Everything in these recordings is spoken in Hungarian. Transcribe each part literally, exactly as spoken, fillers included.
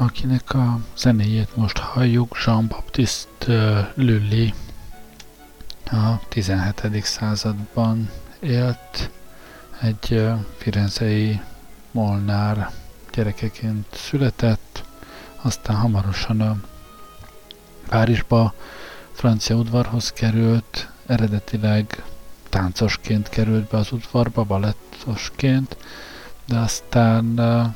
akinek a zenéjét most halljuk, Jean-Baptiste Lully a tizenhetedik században élt, egy firenzei molnár gyerekeként született, aztán hamarosan a Párizsba francia udvarhoz került, eredetileg táncosként került be az udvarba, balettosként, de aztán uh,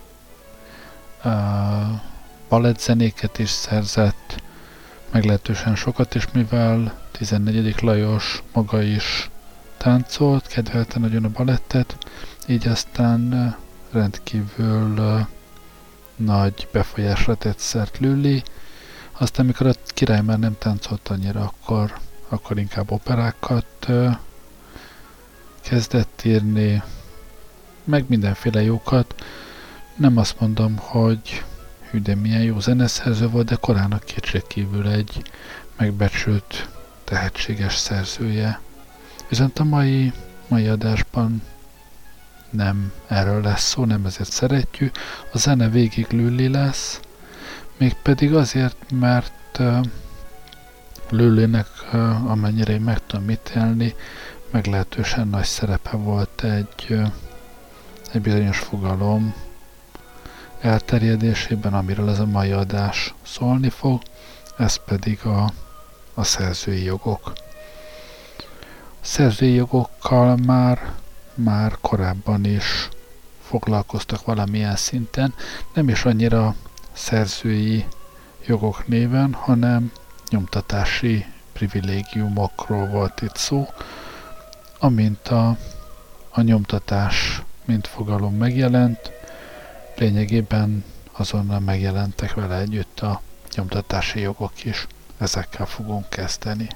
uh, balettzenéket is szerzett, meglehetősen sokat, és mivel tizennegyedik Lajos maga is táncolt, kedvelte nagyon a balettet, így aztán uh, rendkívül uh, nagy befolyásra tett szert Lully. Aztán, amikor a király már nem táncolt annyira, akkor, akkor inkább operákat uh, kezdett írni, meg mindenféle jókat. Nem azt mondom, hogy hű, de milyen jó zeneszerző volt, de korának kétségkívül egy megbecsült, tehetséges szerzője. Viszont a mai, mai adásban nem erről lesz szó, nem ezért szeretjük. A zene végig Lully lesz, mégpedig azért, mert uh, Lullynek, uh, amennyire én meg tudom ítélni, meglehetősen nagy szerepe volt egy, uh, egy bizonyos fogalom elterjedésében, amiről ez a mai adás szólni fog, ez pedig a, a szerzői jogok. A szerzői jogokkal már, már korábban is foglalkoztak valamilyen szinten, nem is annyira szerzői jogok néven, hanem nyomtatási privilégiumokról volt itt szó, amint a, a nyomtatás mint fogalom megjelent, lényegében azonnal megjelentek vele együtt a nyomtatási jogok is. Ezekkel fogunk kezdeni.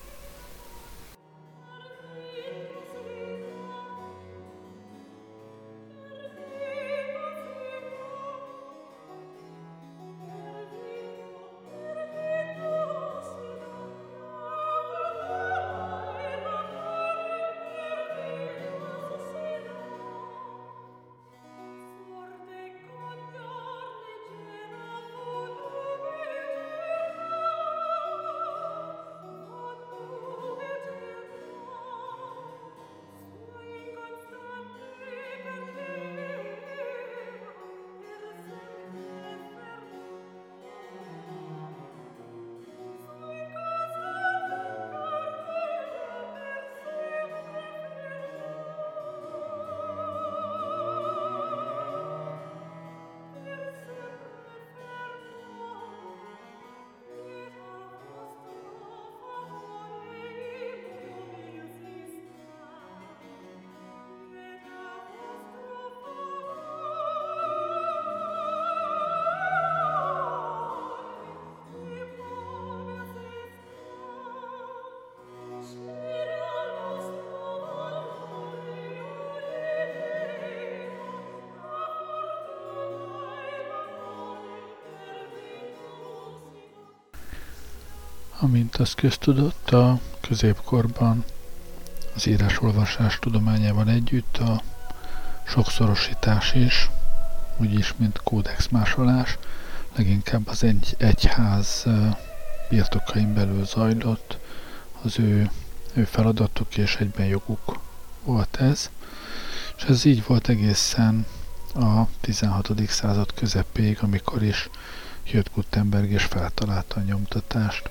Amint az köztudott, a középkorban az írás-olvasás tudományával együtt a sokszorosítás is, úgyis, mint kódexmásolás, leginkább az egy, egyház birtokain belül zajlott, az ő, ő feladatuk és egyben joguk volt ez, és ez így volt egészen a tizenhatodik század közepéig, amikor is jött Gutenberg és feltalálta a nyomtatást.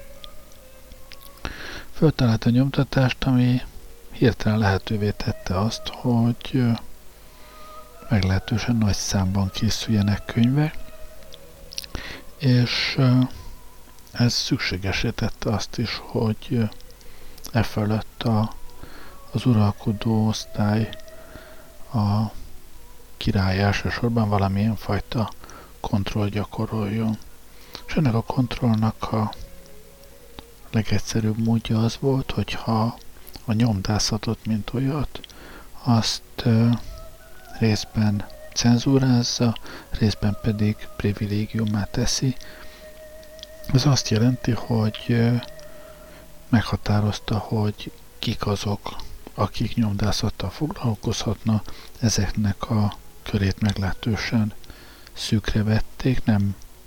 Föltalálta a nyomtatást, ami hirtelen lehetővé tette azt, hogy meglehetősen nagy számban készüljenek könyvek, és ez szükségesé tette azt is, hogy e fölött a, az uralkodó osztály, a király elsősorban valamilyen fajta kontroll gyakoroljon. És ennek a kontrollnak a legegyszerűbb módja az volt, hogyha a nyomdászatot, mint olyat, azt ö, részben cenzúrázza, részben pedig privilégiummá teszi. Ez azt jelenti, hogy ö, meghatározta, hogy kik azok, akik nyomdászattal foglalkozhatna, ezeknek a körét meglehetősen szűkre vették, nem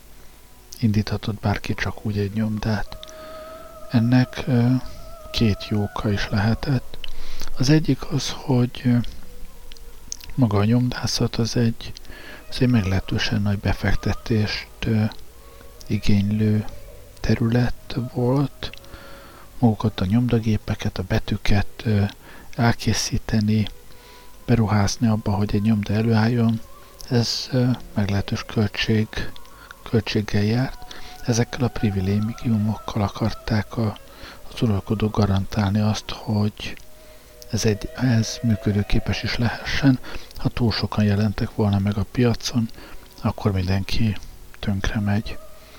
indíthatott bárki csak úgy egy nyomdát. Ennek két jó oka is lehetett. Az egyik az, hogy maga a nyomdászat az egy, az egy meglehetősen nagy befektetést igénylő terület volt. Magukat a nyomdagépeket, a betűket elkészíteni, beruházni abba, hogy egy nyomda előálljon, ez meglehetős költség, költséggel járt. Ezekkel a privilégiumokkal akarták a, az uralkodók garantálni azt, hogy ez, egy, ez működőképes is lehessen. Ha túl sokan jelentek volna meg a piacon, akkor mindenki tönkre megy.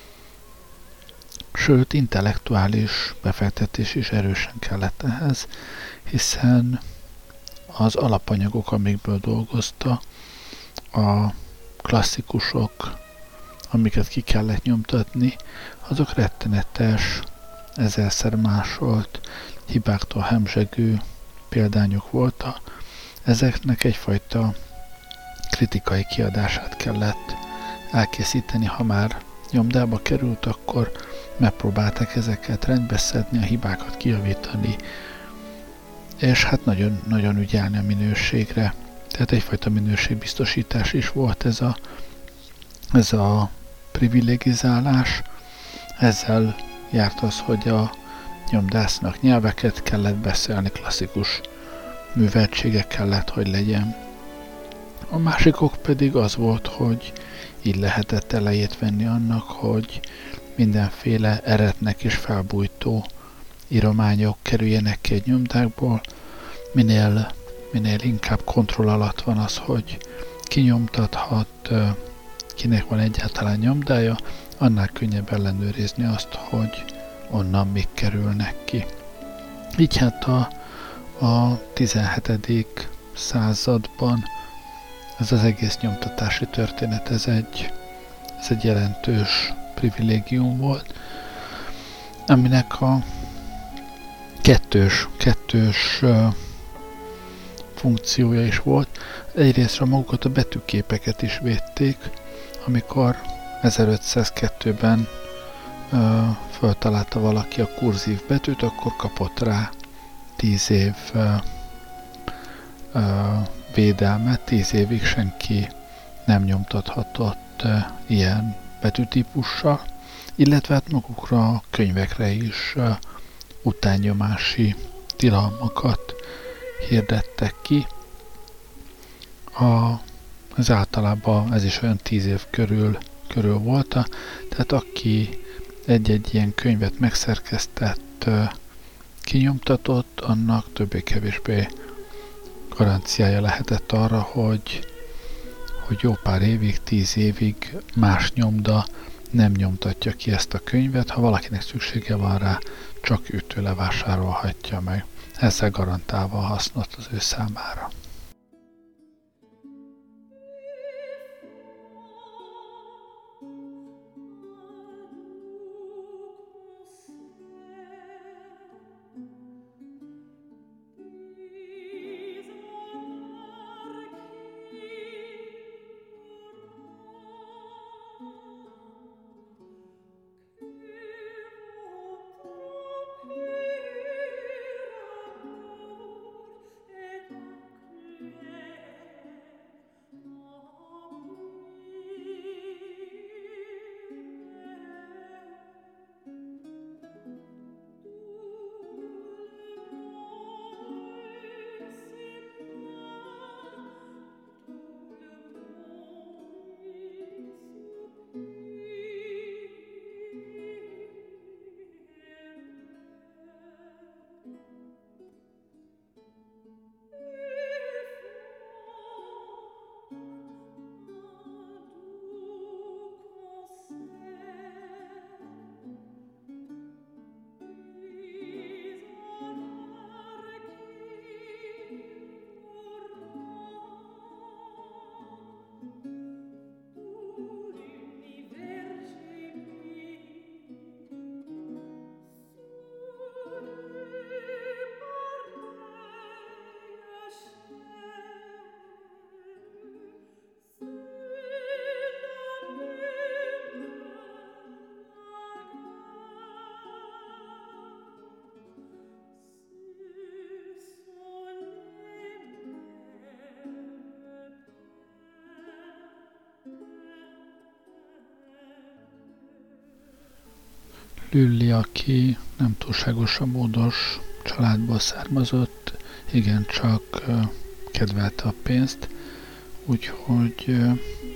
Sőt, intellektuális befektetés is erősen kellett ehhez, hiszen az alapanyagok, amikből dolgozta, a klasszikusok, amiket ki kellett nyomtatni, azok rettenetes, ezerszer másolt, hibáktól hemzsegő példányok voltak. Ezeknek egyfajta kritikai kiadását kellett elkészíteni, ha már nyomdába került, akkor megpróbálták ezeket rendbeszedni, a hibákat kijavítani, és hát nagyon, nagyon ügyelni a minőségre. Tehát egyfajta minőségbiztosítás is volt ez a, ez a privilegizálás. Ezzel járt az, hogy a nyomdásznak nyelveket kellett beszélni, klasszikus műveltsége kellett, hogy legyen. A másikok pedig az volt, hogy így lehetett elejét venni annak, hogy mindenféle eretnek és felbújtó írományok kerüljenek ki egy nyomdákból. Minél, minél inkább kontroll alatt van az, hogy ki nyomtathat, kinek van egyáltalán nyomdája, annál könnyebb ellenőrizni azt, hogy onnan mik kerülnek ki. Így hát a, a tizenhetedik században ez az egész nyomtatási történet, ez egy, ez egy jelentős privilégium volt, aminek a kettős, kettős uh, funkciója is volt. Egyrészt magukat a betűképeket is védték, amikor ezerötszázkettőben uh, feltalálta valaki a kurzív betűt, akkor kapott rá tíz év uh, uh, védelmet, tíz évig senki nem nyomtathatott uh, ilyen betűtípussal, illetve hát magukra a könyvekre is uh, utánnyomási tilalmakat hirdettek ki. A, az általában ez is olyan tíz év körül, körül volt, tehát aki egy-egy ilyen könyvet megszerkesztett, uh, kinyomtatott, annak többé-kevésbé garanciája lehetett arra, hogy, hogy jó pár évig, tíz évig más nyomda nem nyomtatja ki ezt a könyvet, ha valakinek szüksége van rá, csak őtőle vásárolhatja meg. Ezzel garantálva a hasznot az ő számára. Lülli, aki nem túlságosan módos családból származott, igencsak ö, kedvelte a pénzt, úgyhogy ö,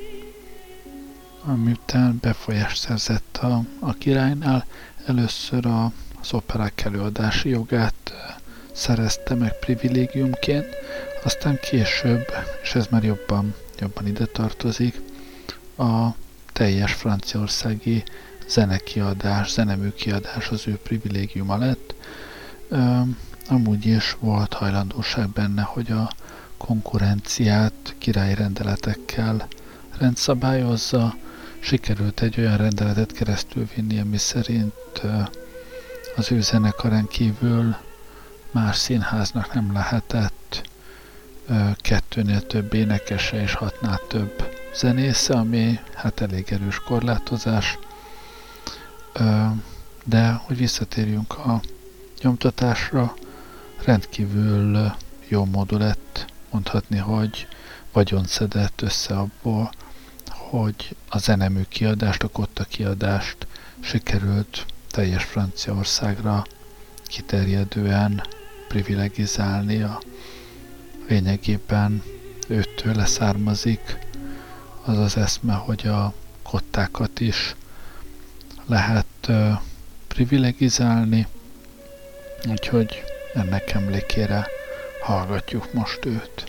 amiután befolyást szerzett a, a királynál, először a, az operák előadási jogát ö, szerezte meg privilégiumként, aztán később, és ez már jobban, jobban ide tartozik, a teljes franciaországi zenekiadás, zeneműkiadás az ő privilégiuma lett. Ö, amúgy is volt hajlandóság benne, hogy a konkurenciát királyi rendeletekkel rendszabályozza. Sikerült egy olyan rendeletet keresztül vinni, ami szerint ö, az ő zenekarán kívül más színháznak nem lehetett ö, kettőnél több énekese és hatnál több zenésze, ami hát elég erős korlátozás. Ö, de hogy visszatérjünk a nyomtatásra, rendkívül jó módon lett mondhatni, hogy vagyont szedett össze abból, hogy a zenemű kiadást, a kotta kiadást sikerült teljes Franciaországra kiterjedően privilegizálnia. Lényegében őtől származik az az eszme, hogy a kottákat is lehet uh, privilegizálni, úgyhogy ennek emlékére hallgatjuk most őt.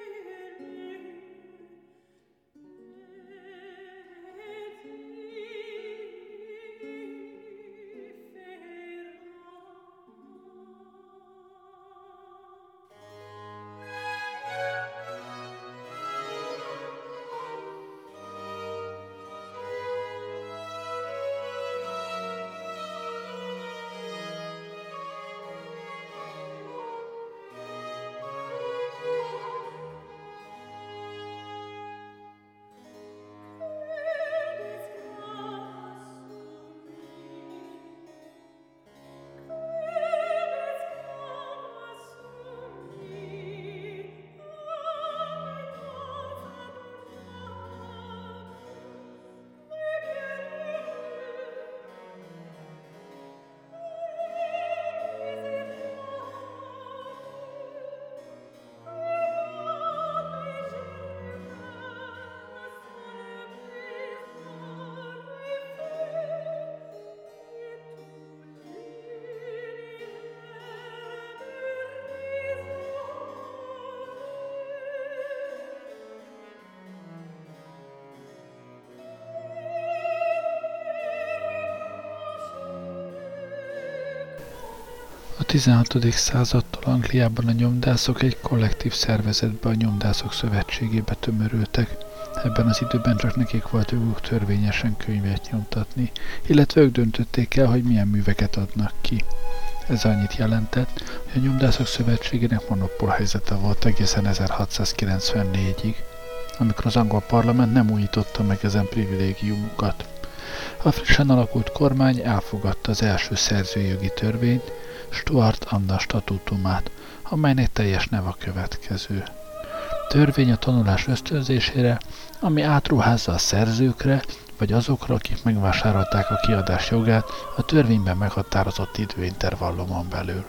A tizenhatodik századtól Angliában a nyomdászok egy kollektív szervezetbe, a Nyomdászok Szövetségébe tömörültek. Ebben az időben csak nekik volt joguk törvényesen könyvet nyomtatni, illetve ők döntötték el, hogy milyen műveket adnak ki. Ez annyit jelentett, hogy a Nyomdászok Szövetségének monopól helyzete volt egészen ezerhatszázkilencvennégyig, amikor az angol parlament nem újította meg ezen privilégiumokat. A frissen alakult kormány elfogadta az első szerzői jogi törvényt, Stuart Anna statutumát, amelynek teljes neve a következő. Törvény a tanulás ösztönzésére, ami átruházza a szerzőkre, vagy azokra, akik megvásárolták a kiadás jogát a törvényben meghatározott időintervallumon belül.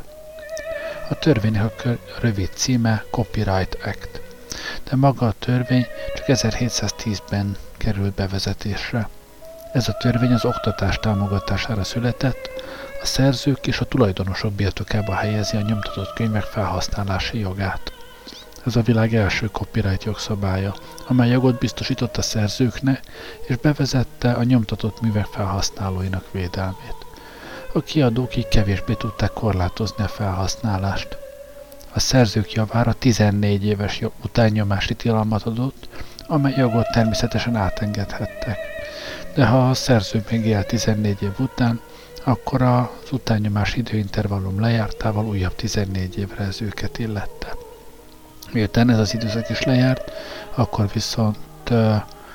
A törvénynek a rövid címe Copyright Act, de maga a törvény csak ezerhétszáztízben került bevezetésre. Ez a törvény az oktatás támogatására született, a szerzők és a tulajdonosok birtokába helyezi a nyomtatott könyvek felhasználási jogát. Ez a világ első copyright jogszabálya, amely jogot biztosított a szerzőknek, és bevezette a nyomtatott művek felhasználóinak védelmét. A kiadók így kevésbé tudták korlátozni a felhasználást. A szerzők javára tizennégy éves utányomási tilalmat adott, amely jogot természetesen átengedhettek. De ha a szerző még él tizennégy év után, akkor az utánnyomás időintervallum lejártával újabb tizennégy évre ez őket illette. Miután ez az időszak is lejárt, akkor viszont uh,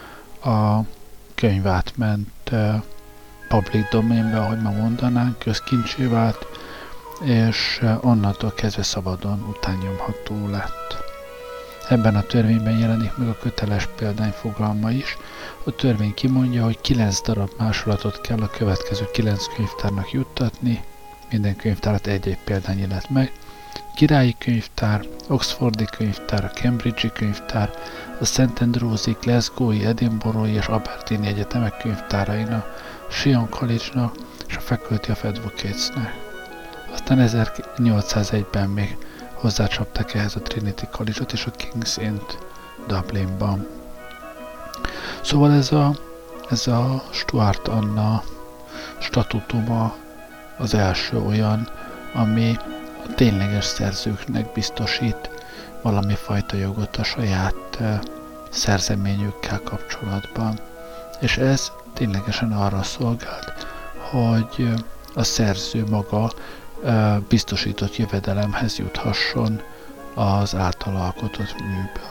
a könyv átment uh, public domainbe, ahogy ma mondanánk, közkincsé vált, és uh, onnantól kezdve szabadon utánnyomható lett. Ebben a törvényben jelenik meg a köteles példány fogalma is. A törvény kimondja, hogy kilenc darab másolatot kell a következő kilenc könyvtárnak juttatni, minden könyvtárat egy-egy példány illet meg. Királyi könyvtár, Oxfordi könyvtár, a Cambridge-i könyvtár, a Szent Andrews-i, Glasgow-i, Edinburgh-i és Aberdeeni egyetemek könyvtárain, a Sion College-nak és a Faculty of Advocates-nek. Aztán ezernyolcszázegyben még hozzácsapták ehhez a Trinity College-ot és a King's Int Dublinban. Szóval ez a, ez a Stuart Anna statutuma az első olyan, ami a tényleges szerzőknek biztosít valami fajta jogot a saját uh, szerzeményükkel kapcsolatban. És ez ténylegesen arra szolgált, hogy uh, a szerző maga uh, biztosított jövedelemhez juthasson az által alkotott műből.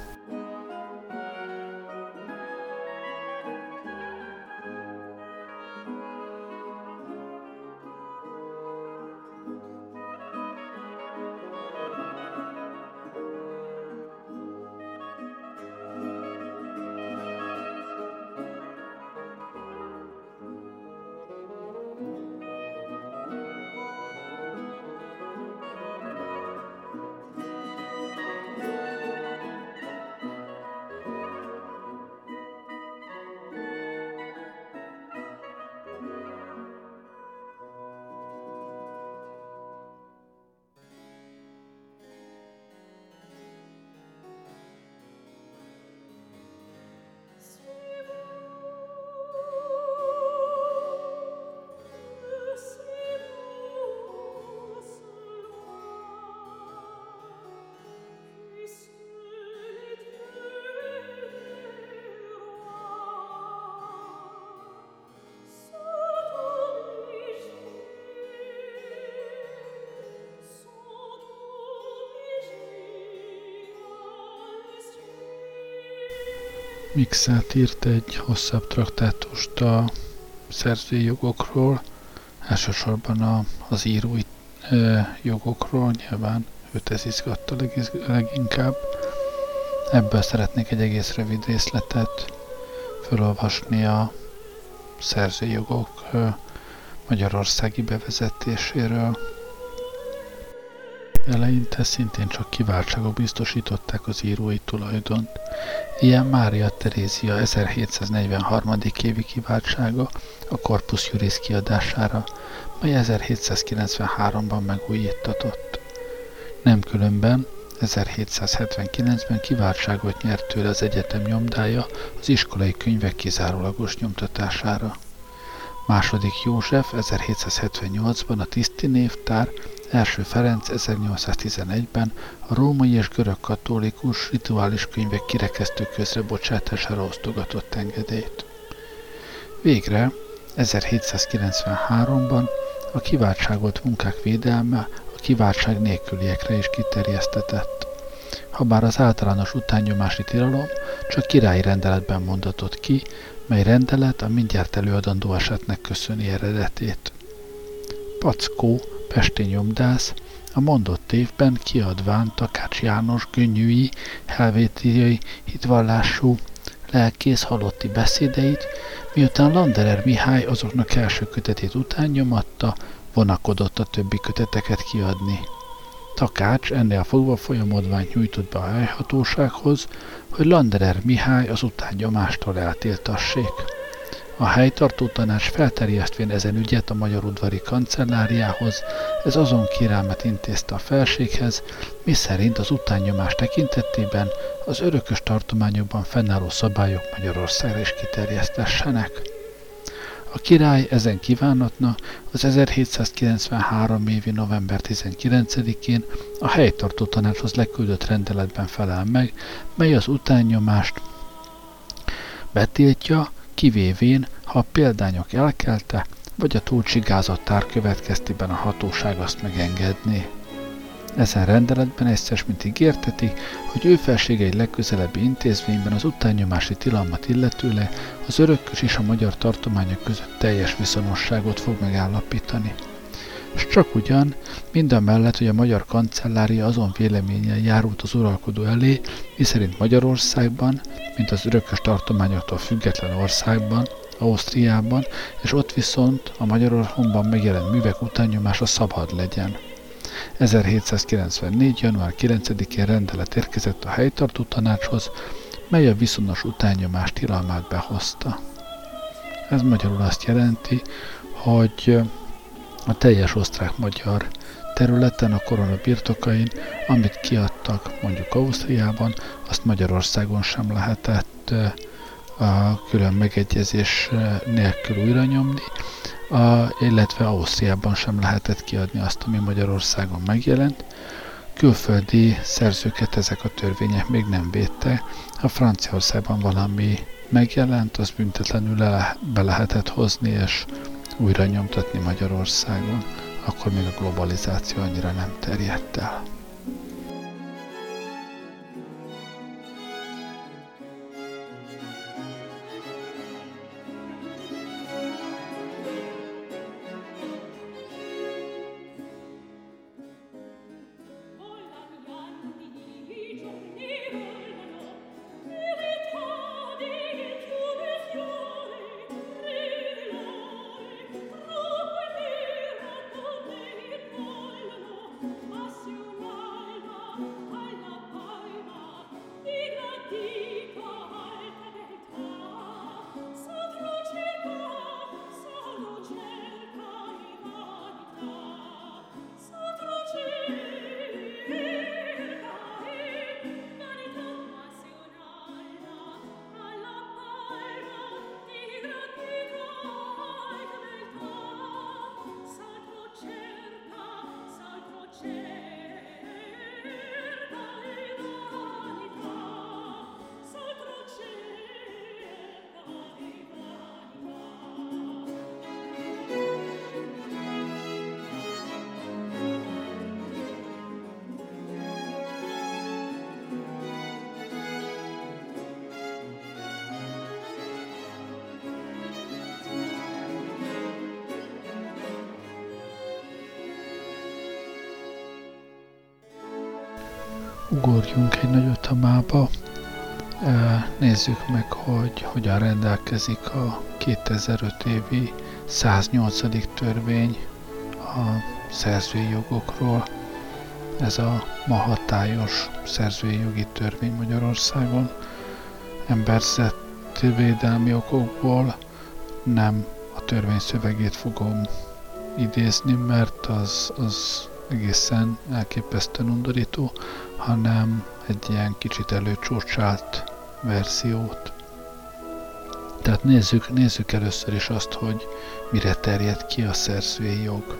Mixát írt egy hosszabb traktátust a szerzői jogokról, elsősorban a, az írói e, jogokról, nyilván őt ez izgatta legiz, leginkább. Ebből szeretnék egy egész rövid részletet felolvasni a szerzői jogok e, magyarországi bevezetéséről. Eleinte szintén csak kiváltságok biztosították az írói tulajdont. Ilyen Mária Terézia ezerhétszáznegyvenhárom. évi kiváltsága a Corpus Juris kiadására, mely ezerhétszázkilencvenháromban megújítatott. Nem különben ezerhétszázhetvenkilencben kiváltságot nyert tőle az egyetem nyomdája az iskolai könyvek kizárólagos nyomtatására. Második József ezerhétszázhetvennyolcban a Tiszti névtár, Első Ferenc ezernyolcszáztizenegyben a római és görög katolikus rituális könyvek kirekesztő közrebocsátására osztogatott engedélyt. Végre ezerhétszázkilencvenháromban a kiváltságolt munkák védelme a kiváltság nélküliekre is kiterjesztetett. Habár az általános utányomási tilalom csak királyi rendeletben mondatott ki, mely rendelet a mindjárt előadandó esetnek köszöni eredetét. Packó, pesti nyomdász, a mondott évben kiadván Takács János könnyűi, helvétiai hitvallású lelkész halotti beszédeit, miután Landerer Mihály azoknak első kötetét után nyomatta, vonakodott a többi köteteket kiadni. Takács ennél fogva folyamodványt nyújtott be a helyhatósághoz, hogy Landerer Mihály az utánnyomástól eltiltassék. A helytartó tanács felterjesztvén ezen ügyet a Magyar Udvari Kancelláriához, ez azon kérelmet intézte a felséghez, miszerint az utánnyomás tekintetében az örökös tartományokban fennálló szabályok Magyarországra is kiterjesztessenek. A király ezen kívánatna az ezerhétszázkilencvenhárom évi november tizenkilencedikén a helytartó tanácshoz leküldött rendeletben felel meg, mely az utánnyomást betiltja, kivévén, ha a példányok elkelte, vagy a túlcsigázat következtében a hatóság azt megengedné. Ezen rendeletben egyszer mint ígérteti, hogy ő felsége egy legközelebbi intézményben az utánnyomási tilalmat illetőleg az örökös és a magyar tartományok között teljes viszonosságot fog megállapítani. S csak ugyan, mindamellett, hogy a magyar kancellária azon véleménnyel járult az uralkodó elé, miszerint Magyarországban, mint az örökös tartományoktól független országban, Ausztriában, és ott viszont a Magyarországban megjelent művek utányomása szabad legyen. ezerhétszázkilencvennégy. január kilencedikén rendelet érkezett a helytartó tanácshoz, mely a viszonos utánnyomás tilalmát behozta. Ez magyarul azt jelenti, hogy a teljes osztrák-magyar területen, a korona birtokain, amit kiadtak mondjuk Ausztriában, azt Magyarországon sem lehetett a külön megegyezés nélkül újra nyomni, a, illetve Ausztriában sem lehetett kiadni azt, ami Magyarországon megjelent. Külföldi szerzőket ezek a törvények még nem védte. Ha Franciaországban valami megjelent, az büntetlenül le, be lehetett hozni és újra nyomtatni Magyarországon. Akkor még a globalizáció annyira nem terjedt el. Ugorjunk egy nagyot a mába, nézzük meg, hogy hogyan rendelkezik a kétezer-öt évi száznyolcadik törvény a szerzői jogokról. Ez a ma hatályos szerzői jogi törvény Magyarországon. Emberzetvédelmi okokból nem a törvény szövegét fogom idézni, mert az, az egészen elképesztően undorító, hanem egy ilyen kicsit előcsúcsált verziót. Tehát nézzük, nézzük először is azt, hogy mire terjed ki a szerzői jog.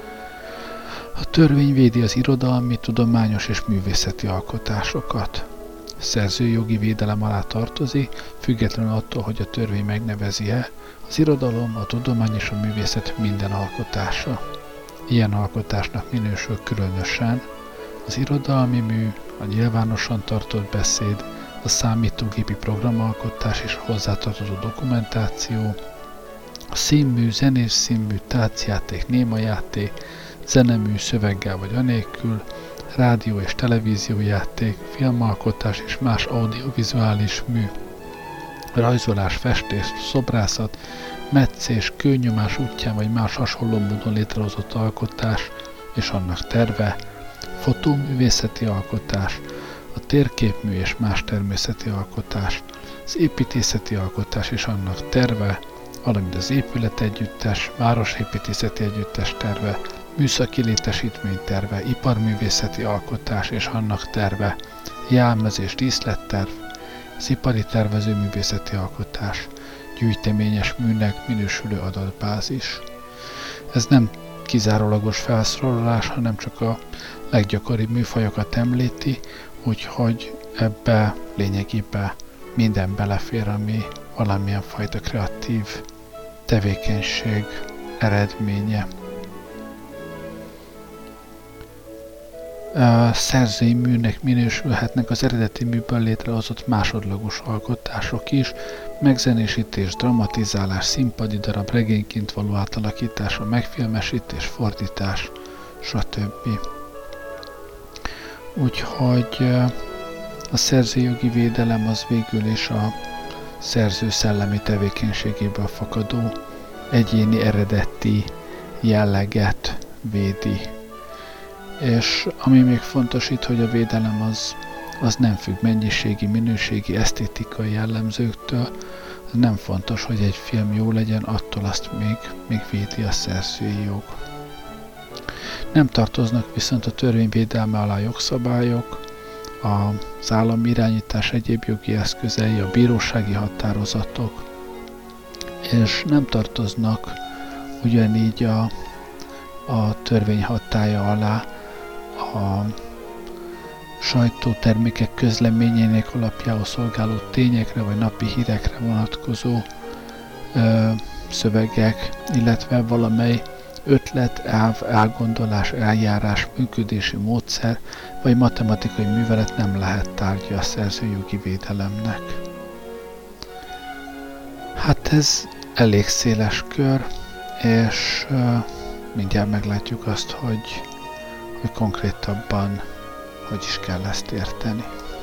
A törvény védi az irodalmi, tudományos és művészeti alkotásokat. Szerzői jogi védelem alá tartozik, függetlenül attól, hogy a törvény megnevezi-e, az irodalom, a tudomány és a művészet minden alkotása. Ilyen alkotásnak minősül különösen az irodalmi mű, a nyilvánosan tartott beszéd, a számítógépi programalkotás és hozzátartozó dokumentáció, a színmű, zenés színmű, táncjáték, némajáték, zenemű szöveggel vagy anélkül, rádió és televíziójáték, filmalkotás és más audiovizuális mű, rajzolás, festés, szobrászat, metszés, kőnyomás útján vagy más hasonló módon létrehozott alkotás és annak terve, fotóművészeti alkotás, a térképmű és más természeti alkotás, az építészeti alkotás és annak terve, valamint az épületegyüttes, városépítészeti együttes terve, műszaki létesítmény terve, iparművészeti alkotás és annak terve, jelmez és díszletterv, az ipari tervezőművészeti alkotás, gyűjteményes műnek minősülő adatbázis. Ez nem kizárólagos felszólalás, hanem csak a leggyakoribb műfajokat említi, úgyhogy ebbe lényegében minden belefér, ami valamilyen fajta kreatív tevékenység eredménye. szerzői műnek minősülhetnek az eredeti műből létrehozott másodlagos alkotások is, megzenésítés, dramatizálás, színpadi darab, regényként való átalakítása, megfilmesítés, fordítás, stb. Úgyhogy a szerzőjogi védelem az végül is a szerző szellemi tevékenységéből fakadó egyéni eredeti jelleget védi. És ami még fontos itt, hogy a védelem az, az nem függ mennyiségi, minőségi, esztétikai jellemzőktől. Nem fontos, hogy egy film jó legyen, attól azt még, még védi a szerzői jog. Nem tartoznak viszont a törvényvédelme alá jogszabályok, az állami irányítás egyéb jogi eszközei, a bírósági határozatok, és nem tartoznak ugyanígy a, a törvény hatálya alá a sajtótermékek közleményének alapjául szolgáló tényekre vagy napi hírekre vonatkozó ö, szövegek, illetve valamely ötlet, elv, elgondolás, eljárás, működési módszer vagy matematikai művelet nem lehet tárgya a szerzőjogi védelemnek. Hát ez elég széles kör, és uh, mindjárt meglátjuk azt, hogy, hogy konkrétabban hogy is kell ezt érteni.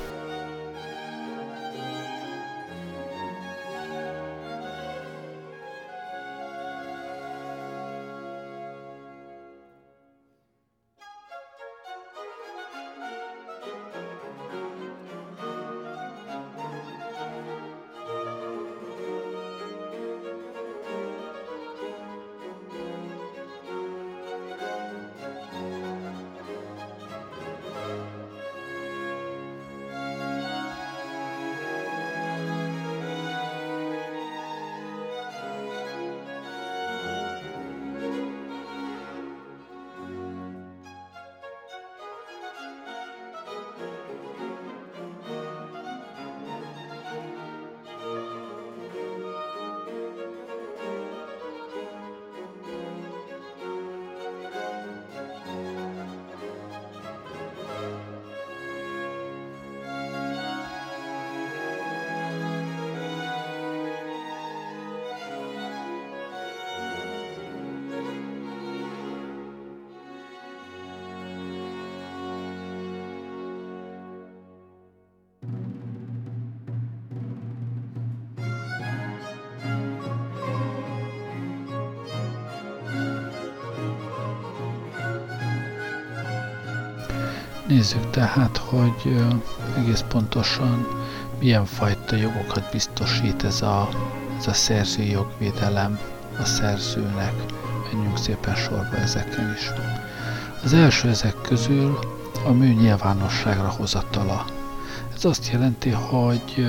Nézzük tehát, hogy egész pontosan milyen fajta jogokat biztosít ez a, ez a szerzői jogvédelem a szerzőnek. Menjünk szépen sorba ezeken is. Az első ezek közül a mű nyilvánosságra hozatala. Ez azt jelenti, hogy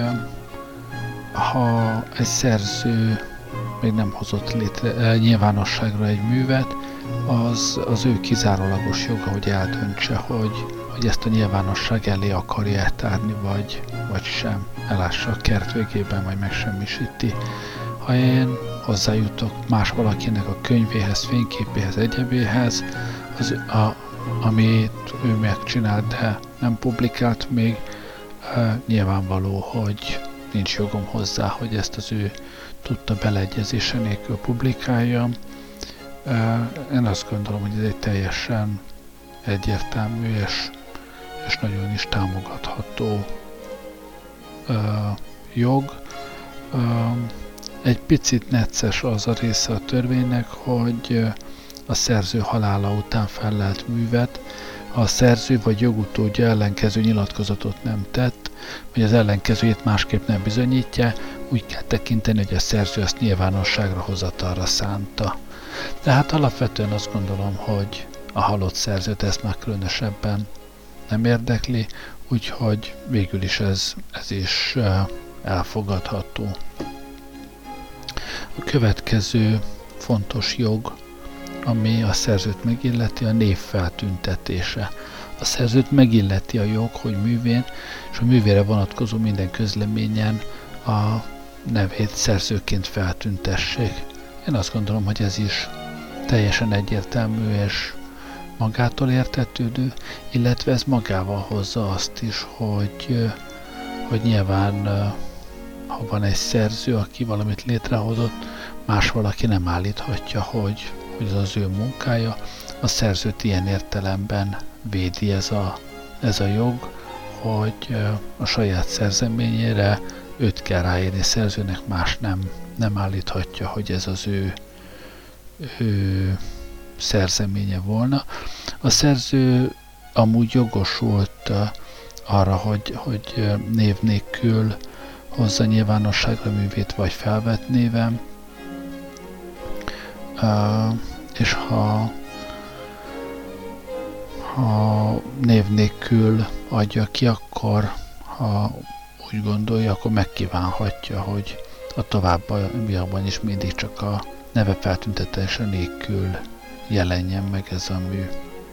ha egy szerző még nem hozott létre nyilvánosságra egy művet, az, az ő kizárólagos joga, hogy eldöntse, hogy, hogy ezt a nyilvánosság elé akarja tárni, vagy, vagy sem. Elássa a kert végében, vagy megsemmisíti. Ha én hozzájutok más valakinek a könyvéhez, fényképéhez, egyebéhez, az, a, amit ő megcsinált, de nem publikált még, e, nyilvánvaló, hogy nincs jogom hozzá, hogy ezt az ő tudta beleegyezése nélkül publikáljam. E, én azt gondolom, hogy ez egy teljesen egyértelmű és, és nagyon is támogatható e, jog. E, egy picit necces az a része a törvénynek, hogy a szerző halála után fellelt művet a szerző vagy jogutódja ellenkező nyilatkozatot nem tett, vagy az ellenkezőjét másképp nem bizonyítja, úgy kell tekinteni, hogy a szerző azt nyilvánosságra hozatalra szánta. De hát alapvetően azt gondolom, hogy a halott szerzőt ezt már különösebben nem érdekli, úgyhogy végül is ez, ez is elfogadható. A következő fontos jog, ami a szerzőt megilleti, a név feltüntetése. A szerzőt megilleti a jog, hogy művén és a művére vonatkozó minden közleményen a nevét szerzőként feltüntessék. Én azt gondolom, hogy ez is teljesen egyértelmű és magától értetődő, illetve ez magával hozza azt is, hogy, hogy nyilván ha van egy szerző, aki valamit létrehozott, más valaki nem állíthatja, hogy, hogy ez az ő munkája. A szerzőt ilyen értelemben védi ez a, ez a jog, hogy a saját szerzeményére őt kell ráírni szerzőnek, más nem, nem állíthatja, hogy ez az ő, ő szerzeménye volna. A szerző amúgy jogosult arra, hogy, hogy név nélkül hozza nyilvánosságra művét, vagy felvett névem, uh, és ha, ha név nélkül adja ki, akkor ha úgy gondolja, akkor megkívánhatja, hogy a továbbiakban is mindig csak a neve feltüntetése nélkül jelenjen meg ez a mű.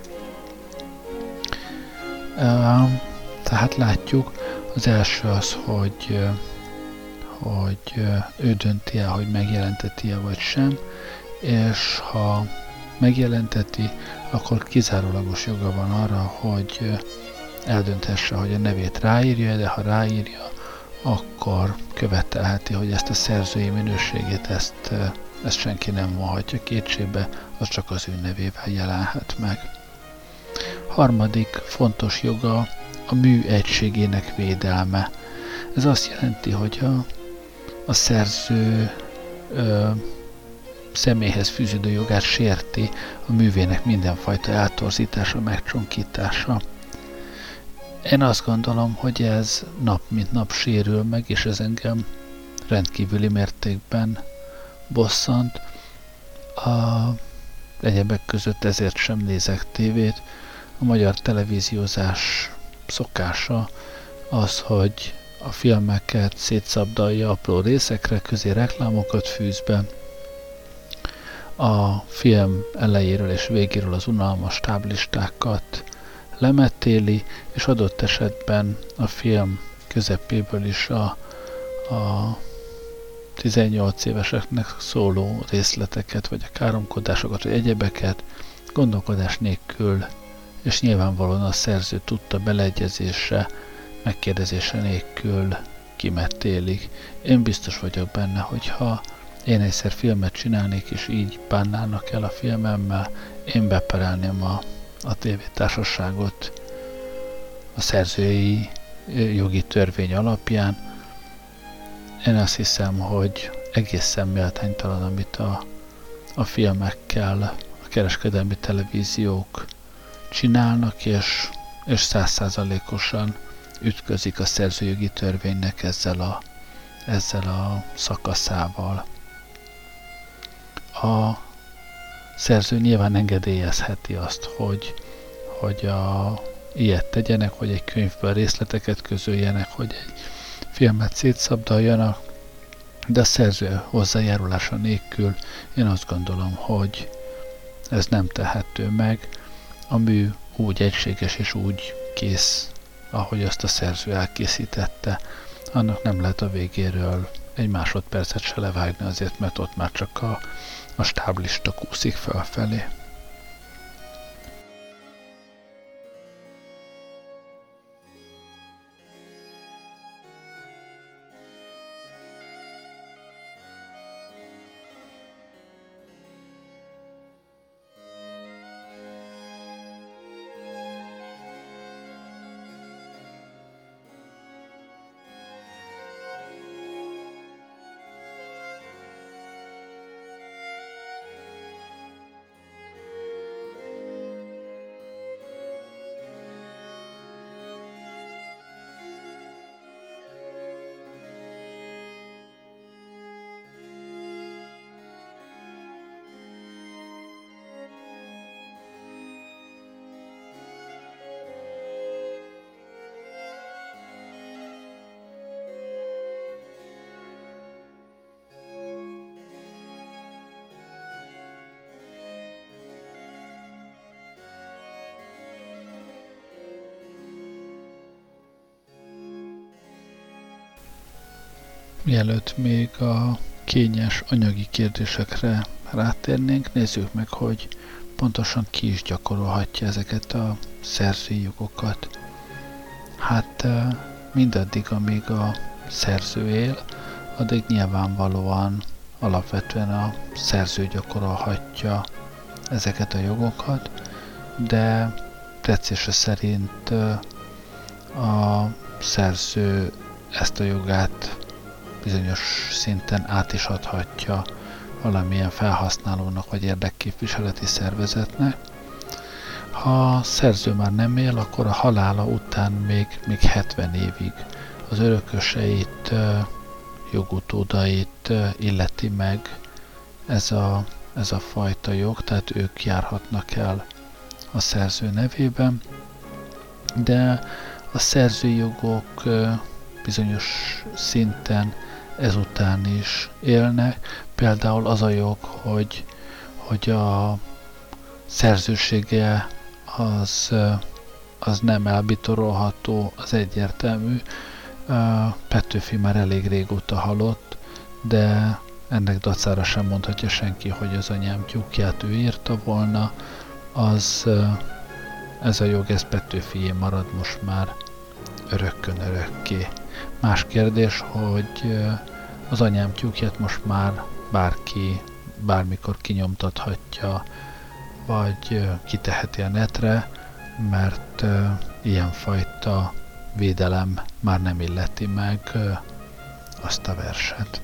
Uh, tehát látjuk, az első az, hogy, hogy ő dönti el, hogy megjelenteti-e vagy sem, és ha megjelenteti, akkor kizárólagos joga van arra, hogy eldönthesse, hogy a nevét ráírja, de ha ráírja, akkor követelheti, hogy ezt a szerzői minőségét, ezt, ezt senki nem vonhatja kétségbe, az csak az ő nevével jelenhet meg. Harmadik fontos joga a mű egységének védelme. Ez azt jelenti, hogy a, a szerző ö, személyhez fűződő jogát sérti a művének mindenfajta eltorzítása, megcsonkítása. Én azt gondolom, hogy ez nap mint nap sérül meg, és ez engem rendkívüli mértékben bosszant. A egyebek között ezért sem nézek tévét. A magyar televíziózás szokása az, hogy a filmeket szétszabdalja apró részekre, közé reklámokat fűz be. A film elejéről és végéről az unalmas táblistákat lemetéli, és adott esetben a film közepéből is a, a tizennyolc éveseknek szóló részleteket, vagy a káromkodásokat, vagy egyebeket gondolkodás nélkül, és nyilvánvalóan a szerző tudta beleegyezésre, megkérdezése nélkül kimetélik. Én biztos vagyok benne, hogyha én egyszer filmet csinálnék, és így bánnának el a filmemmel, én beperelném a, a tévétársaságot a szerzői jogi törvény alapján. Én azt hiszem, hogy egészen méltánytalan, amit a, a filmekkel a kereskedelmi televíziók csinálnak, és, és száz százalékosan ütközik a szerzőjogi törvénynek ezzel a, ezzel a szakaszával. A szerző nyilván engedélyezheti azt, hogy, hogy a, ilyet tegyenek, hogy egy könyvből részleteket közöljenek, hogy egy filmet szétszabdaljanak, de a szerző hozzájárulása nélkül én azt gondolom, hogy ez nem tehető meg. A mű úgy egységes és úgy kész, ahogy azt a szerző elkészítette, annak nem lehet a végéről egy másodpercet se levágni azért, mert ott már csak a, a stáblista kúszik felfelé. Mielőtt még a kényes anyagi kérdésekre rátérnénk, nézzük meg, hogy pontosan ki is gyakorolhatja ezeket a szerzői jogokat? Hát mindaddig, amíg a szerző él, addig nyilvánvalóan alapvetően a szerző gyakorolhatja ezeket a jogokat, de tetszése szerint a szerző ezt a jogát bizonyos szinten át is adhatja valamilyen felhasználónak vagy érdekképviseleti szervezetnek. Ha a szerző már nem él, akkor a halála után még, még hetven évig az örököseit, jogutódait illeti meg ez a, ez a fajta jog, tehát ők járhatnak el a szerző nevében, de a szerzői jogok bizonyos szinten ezután is élnek. Például az a jog, hogy, hogy a szerzősége az, az nem elbitorolható, az egyértelmű. Petőfi már elég régóta halott, de ennek dacára sem mondhatja senki, hogy az anyám tyúkját ő írta volna. Az, ez a jog, ez Petőfié marad most már örökkön örökké. Más kérdés, hogy az anyám tyúkját most már bárki bármikor kinyomtathatja, vagy kiteheti a netre, mert ilyenfajta védelem már nem illeti meg azt a verset.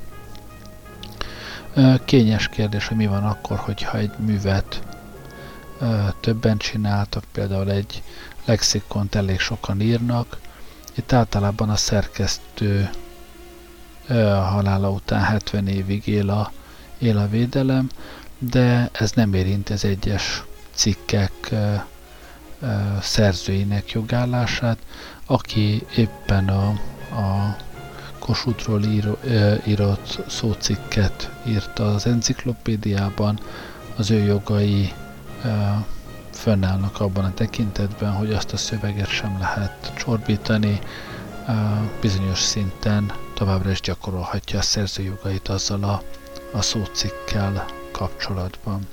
Kényes kérdés, hogy mi van akkor, hogyha egy művet többen csináltak, például egy lexikont elég sokan írnak. Itt általában a szerkesztő halála után hetven évig él a, él a védelem, de ez nem érinti az egyes cikkek szerzőinek jogállását. Aki éppen a, a Kossuthról író, írott szócikket írta az enciklopédiában, az ő jogai fönnállnak abban a tekintetben, hogy azt a szöveget sem lehet csorbítani, bizonyos szinten továbbra is gyakorolhatja a szerző jogait azzal a, a szócikkel kapcsolatban.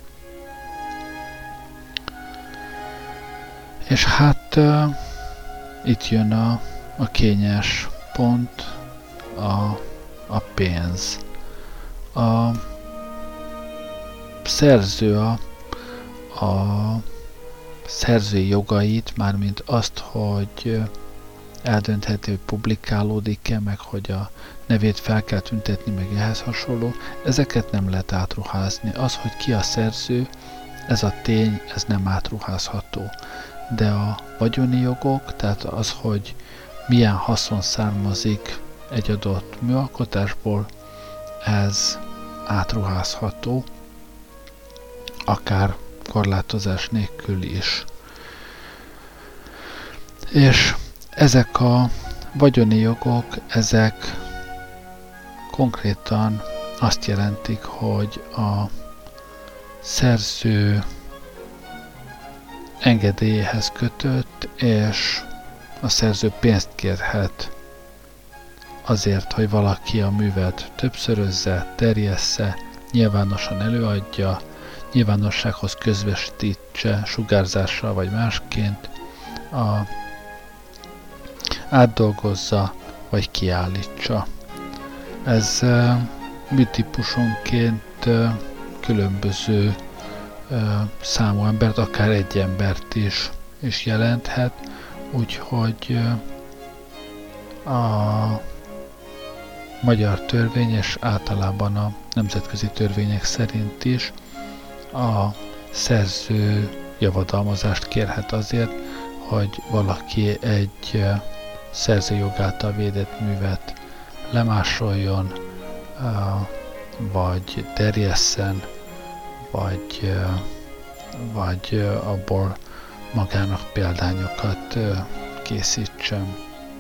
És hát uh, itt jön a, a kényes pont, a, a pénz. A szerző a, a szerzői jogait, mármint azt, hogy eldöntheti, hogy publikálódik-e, meg hogy a nevét fel kell tüntetni, meg ehhez hasonló, ezeket nem lehet átruházni. Az, hogy ki a szerző, ez a tény, ez nem átruházható. De a vagyoni jogok, tehát az, hogy milyen haszon származik egy adott műalkotásból, ez átruházható, akár korlátozás nélkül is. És ezek a vagyoni jogok, ezek konkrétan azt jelentik, hogy a szerző engedélyéhez kötött, és a szerző pénzt kérhet azért, hogy valaki a művet többszörözze, terjessze, nyilvánosan előadja, nyilvánossághoz közvetítse sugárzással vagy másként, a, átdolgozza vagy kiállítsa. Ez uh, műtípusonként uh, különböző uh, számú embert, akár egy embert is, is jelenthet, úgyhogy uh, a magyar törvény és általában a nemzetközi törvények szerint is a szerző javadalmazást kérhet azért, hogy valaki egy szerzőjog által védett művet lemásoljon, vagy terjesszen, vagy, vagy abból magának példányokat készítsen.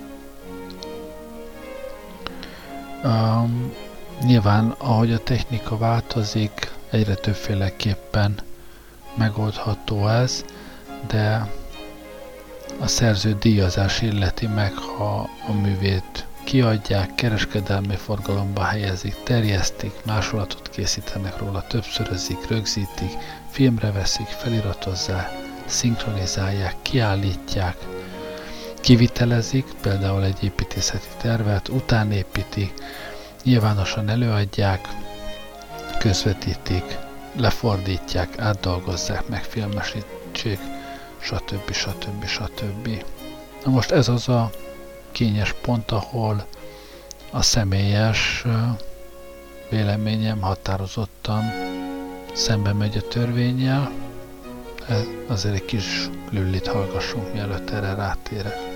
Um, nyilván, ahogy a technika változik, egyre többféleképpen megoldható ez, de a szerző díjazás illeti meg, ha a művét kiadják, kereskedelmi forgalomba helyezik, terjesztik, másolatot készítenek róla, többszörözik, rögzítik, filmre veszik, feliratozzák, szinkronizálják, kiállítják, kivitelezik, például egy építészeti tervet, utánépítik, nyilvánosan előadják, közvetítik, lefordítják, átdolgozzák, megfilmesítsék, stb. stb. stb. Na most ez az a kényes pont, ahol a személyes véleményem határozottan szembe megy a törvénnyel. Azért egy kis lüllit hallgassunk, mielőtt erre rátérek.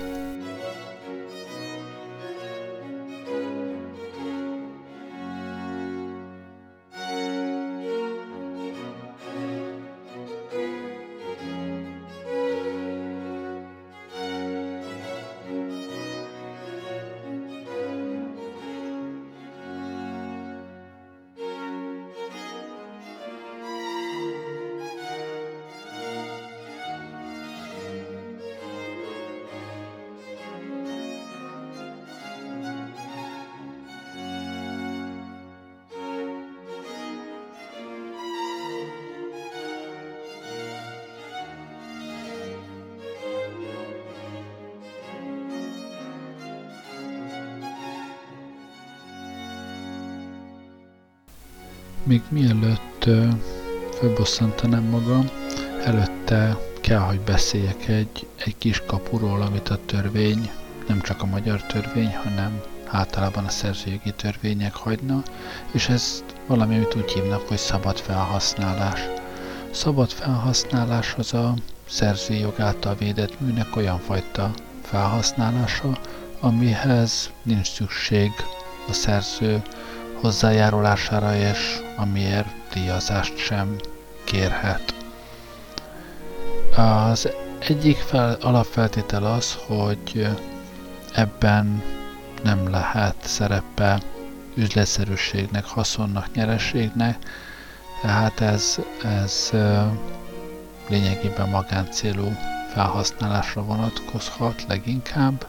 Még mielőtt uh, felbosszantanám magam, előtte kell, hogy beszéljek egy, egy kis kapuról, amit a törvény, nem csak a magyar törvény, hanem általában a szerzőjogi törvények hagyna, és ezt valami, amit úgy hívnak, hogy szabad felhasználás. Szabad felhasználás az a szerzői jog által védett műnek olyan fajta felhasználása, amihez nincs szükség a szerző hozzájárulására, és amiért díjazást sem kérhet. Az egyik fel, alapfeltétel az, hogy ebben nem lehet szerepe üzletszerűségnek, haszonnak, nyereségnek, tehát ez, ez lényegében magáncélú felhasználásra vonatkozhat leginkább.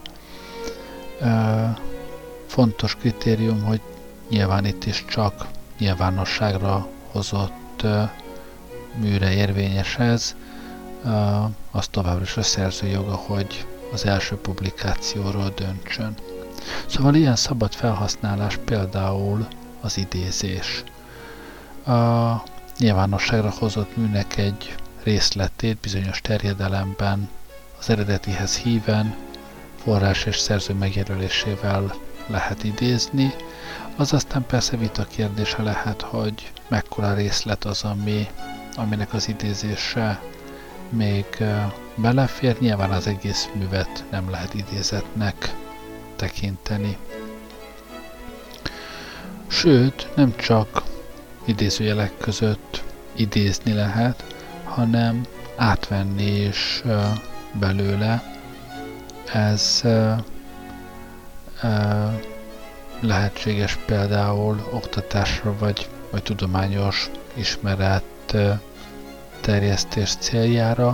Fontos kritérium, hogy nyilván itt is csak nyilvánosságra hozott uh, műre érvényes ez, uh, az továbbra is a szerző joga, hogy az első publikációról döntsön. Szóval ilyen szabad felhasználás például az idézés. A nyilvánosságra hozott műnek egy részletét bizonyos terjedelemben az eredetihez híven, forrás és szerző megjelölésével lehet idézni. Az aztán persze vita kérdése lehet, hogy mekkora részlet az, ami, aminek az idézése még belefér. Nyilván az egész művet nem lehet idézetnek tekinteni. Sőt, nem csak idézőjelek között idézni lehet, hanem átvenni is belőle. Ez lehetséges például oktatásra vagy, vagy tudományos ismeret terjesztés céljára,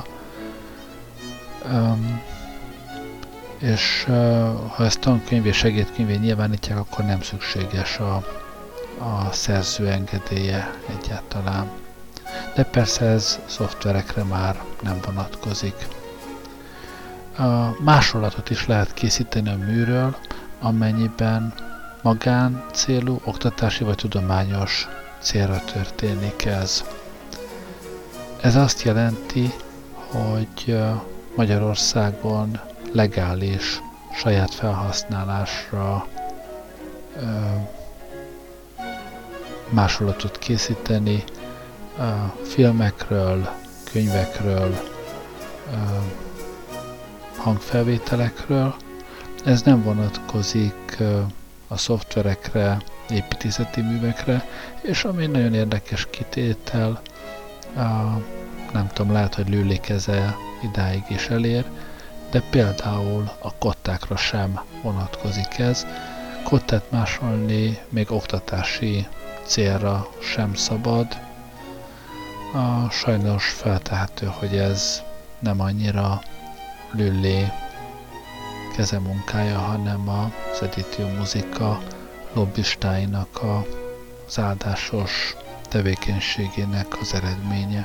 um, és uh, ha ezt tankönyv és segédkönyvé nyilvánítják, akkor nem szükséges a, a szerző engedélye egyáltalán. De persze ez szoftverekre már nem vonatkozik. Uh, másolatot is lehet készíteni a műről, amennyiben magán célú, oktatási vagy tudományos célra történik ez. Ez azt jelenti, hogy Magyarországon legális saját felhasználásra másolatot készíteni filmekről, könyvekről, hangfelvételekről. Ez nem vonatkozik a szoftverekre, építészeti művekre, és ami nagyon érdekes kitétel, a, nem tudom, lehet, hogy lőlékeze idáig is elér, de például a kottákra sem vonatkozik ez. Kottát másolni még oktatási célra sem szabad. A, sajnos feltehető, hogy ez nem annyira lőlé keze munkája, hanem az Editio Musica lobbistáinak a, az áldásos tevékenységének az eredménye.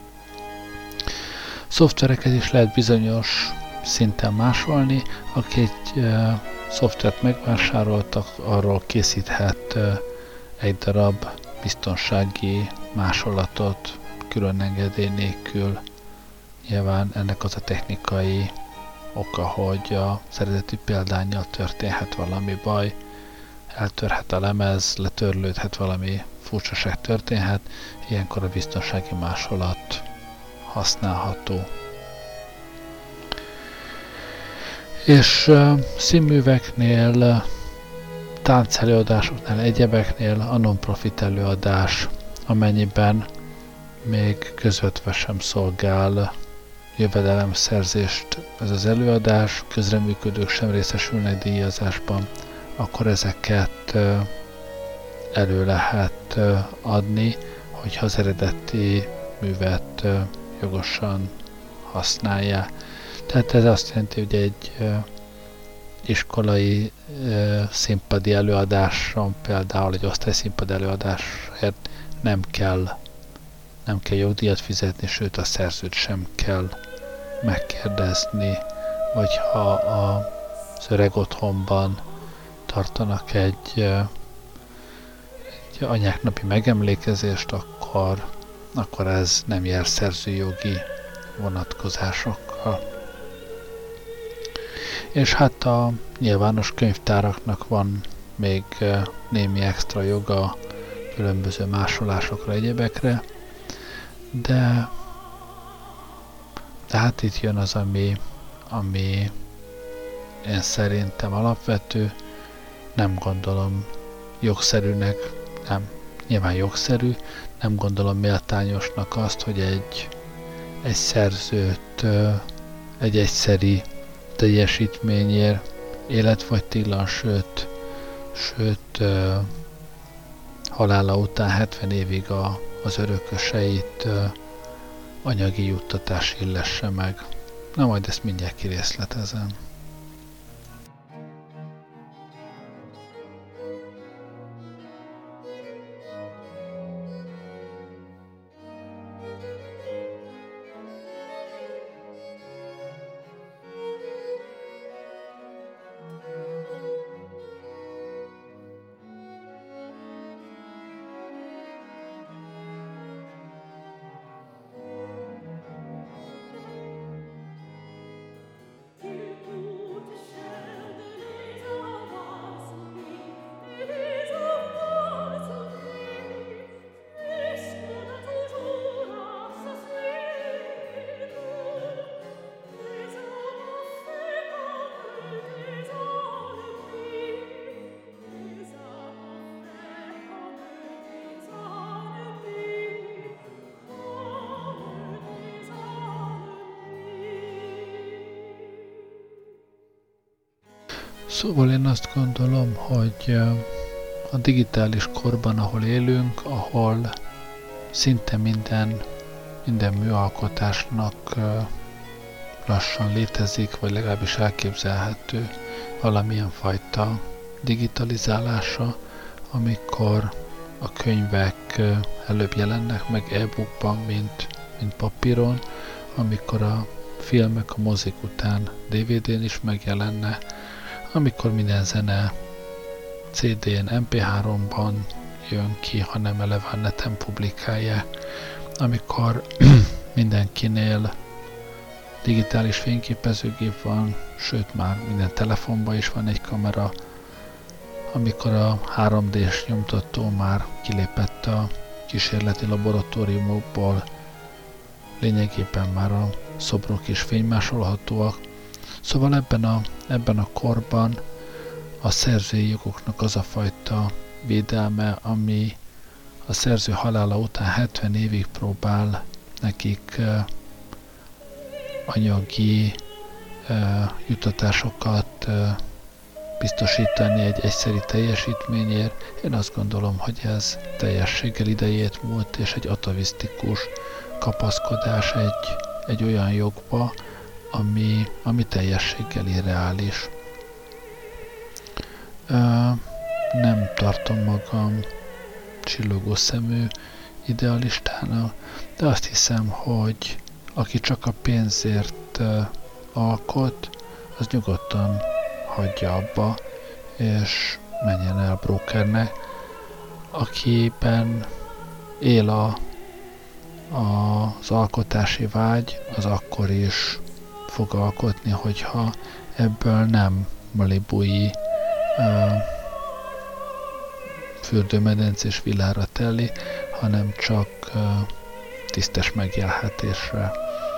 Szoftvereket is lehet bizonyos szinten másolni. Aki egy e, szoftvert megvásároltak, arról készíthet e, egy darab biztonsági másolatot külön engedély nélkül. Nyilván ennek az a technikai oka, hogy az eredeti példánnyal történhet valami baj, eltörhet a lemez, letörlődhet, valami furcsaság történhet, ilyenkor a biztonsági másolat használható. És uh, színműveknél, táncelőadásoknál, egyebeknél a non-profit előadás, amennyiben még közvetve sem szolgál jövedelemszerzést ez az előadás, közreműködők sem részesülnek díjazásban, akkor ezeket uh, elő lehet uh, adni, hogyha az eredeti művet uh, jogosan használják. Tehát ez azt jelenti, hogy egy uh, iskolai uh, színpadi előadáson, például egy osztályszínpad előadásért nem kell, nem kell jogdíjat fizetni, sőt a szerzőt sem kell megkérdezni, vagy ha az öreg otthonban tartanak egy, uh, egy anyáknapi megemlékezést, akkor, akkor ez nem jár szerzőjogi vonatkozásokkal. És hát a nyilvános könyvtáraknak van még némi extra joga különböző másolásokra, egyebekre, de, de hát itt jön az, ami, ami én szerintem alapvető, nem gondolom jogszerűnek, nem, nyilván jogszerű, nem gondolom méltányosnak azt, hogy egy, egy szerzőt egy egyszeri teljesítményért életfogytiglan, sőt, sőt uh, halála után hetven évig a, az örököseit uh, anyagi juttatás illesse meg. Na, majd ezt mindjárt kirészletezem. Szóval én azt gondolom, hogy a digitális korban, ahol élünk, ahol szinte minden, minden műalkotásnak lassan létezik, vagy legalábbis elképzelhető valamilyen fajta digitalizálása, amikor a könyvek előbb jelennek meg e-bookban, mint, mint papíron, amikor a filmek a mozik után dé vé dén is megjelenne, amikor minden zene cé dén, em pé háromban jön ki, hanem eleve a neten publikálják, amikor mindenkinél digitális fényképezőgép van, sőt már minden telefonban is van egy kamera, amikor a három dés nyomtató már kilépett a kísérleti laboratóriumokból, lényegében már a szobrok is fénymásolhatóak. Szóval ebben a, ebben a korban a szerzői jogoknak az a fajta védelme, ami a szerző halála után hetven évig próbál nekik uh, anyagi uh, juttatásokat uh, biztosítani egy egyszeri teljesítményért. Én azt gondolom, hogy ez teljességgel idejét múlt, és egy atavisztikus kapaszkodás egy, egy olyan jogba, ami, ami teljességgel irreális. Ö, nem tartom magam csillogó szemű idealistának, de azt hiszem, hogy aki csak a pénzért ö, alkot, az nyugodtan hagyja abba, és menjen el brokernek, akiben él a, a, az alkotási vágy, az akkor is fog alkotni, hogyha ebből nem malibui uh, fürdőmedencés villára teli, hanem csak uh, tisztes megélhetésre.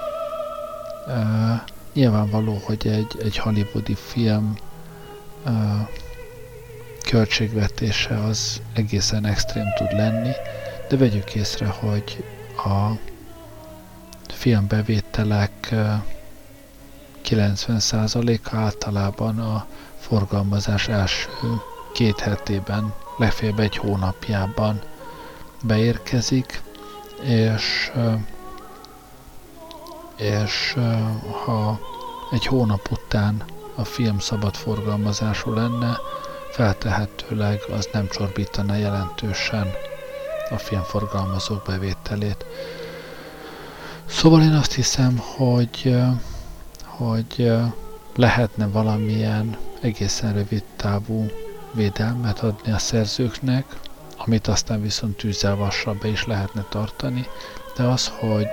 Uh, nyilvánvaló, hogy egy, egy hollywoodi film uh, költségvetése az egészen extrém tud lenni, de vegyük észre, hogy a filmbevételek kilencven százaléka általában a forgalmazás első két hetében, legfeljebb egy hónapjában beérkezik, és, és ha egy hónap után a film szabad forgalmazású lenne, feltehetőleg az nem csorbítaná jelentősen a filmforgalmazók bevételét. Szóval én azt hiszem, hogy, hogy lehetne valamilyen egészen rövid távú védelmet adni a szerzőknek, amit aztán viszont tűzzel vassal be is lehetne tartani, de az, hogy,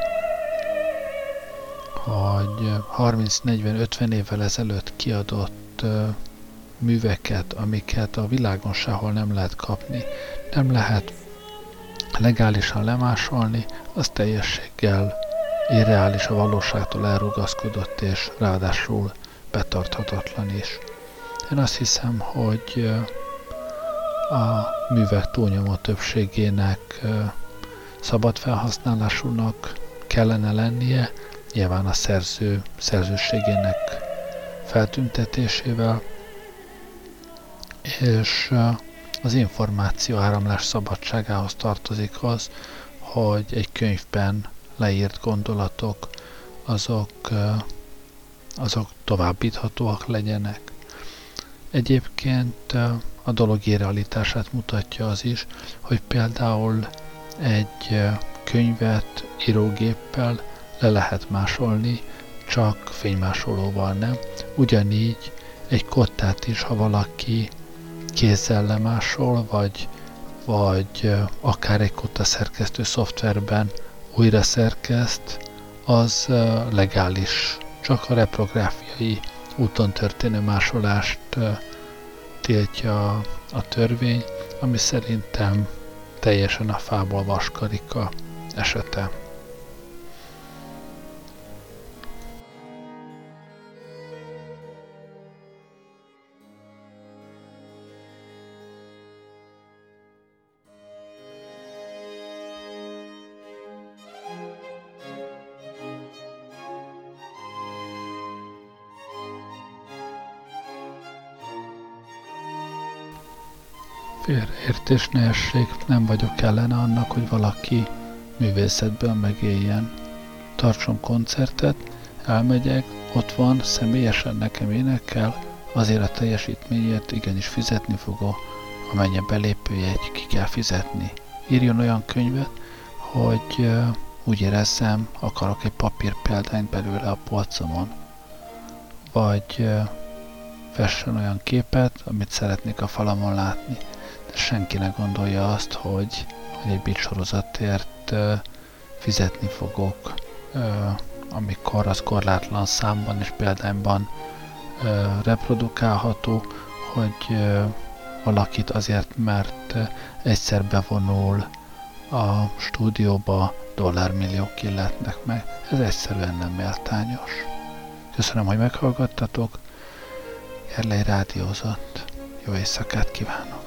hogy harminc, negyven, ötven évvel ezelőtt kiadott műveket, amiket a világon sehol nem lehet kapni, nem lehet legálisan lemásolni, az teljességgel irreális, a valóságtól elrugaszkodott, és ráadásul betarthatatlan is. Én azt hiszem, hogy a művek túlnyomó többségének szabad felhasználásúnak kellene lennie, nyilván a szerző szerzőségének feltüntetésével, és az információ áramlás szabadságához tartozik az, hogy egy könyvben leírt gondolatok, azok, azok továbbíthatóak legyenek. Egyébként a dolog irrealitását mutatja az is, hogy például egy könyvet írógéppel le lehet másolni, csak fénymásolóval nem. Ugyanígy egy kottát is, ha valaki kézzel lemásol, vagy, vagy akár egy kotta szerkesztő szoftverben újra szerkeszt, az legális. Csak a reprográfiai úton történő másolást tiltja a törvény, ami szerintem teljesen a fából vaskarika esete. Félreértés ne essék, nem vagyok ellene annak, hogy valaki művészetből megéljen. Tartson koncertet, elmegyek, ott van, személyesen nekem énekel, azért a teljesítményért igenis fizetni fogok, amennyi a belépőjegy, ki kell fizetni. Írjon olyan könyvet, hogy uh, úgy érezzem, akarok egy papírpéldányt belőle a polcomon. Vagy uh, fessen olyan képet, amit szeretnék a falamon látni. De senki ne gondolja azt, hogy, hogy egy beat sorozatért uh, fizetni fogok, uh, amikor az korlátlan számban és példányban uh, reprodukálható, hogy uh, valakit azért, mert uh, egyszer bevonul a stúdióba, dollármilliók illetnek meg. Ez egyszerűen nem méltányos. Köszönöm, hogy meghallgattatok. Gerlei rádiózott. Jó éjszakát kívánok!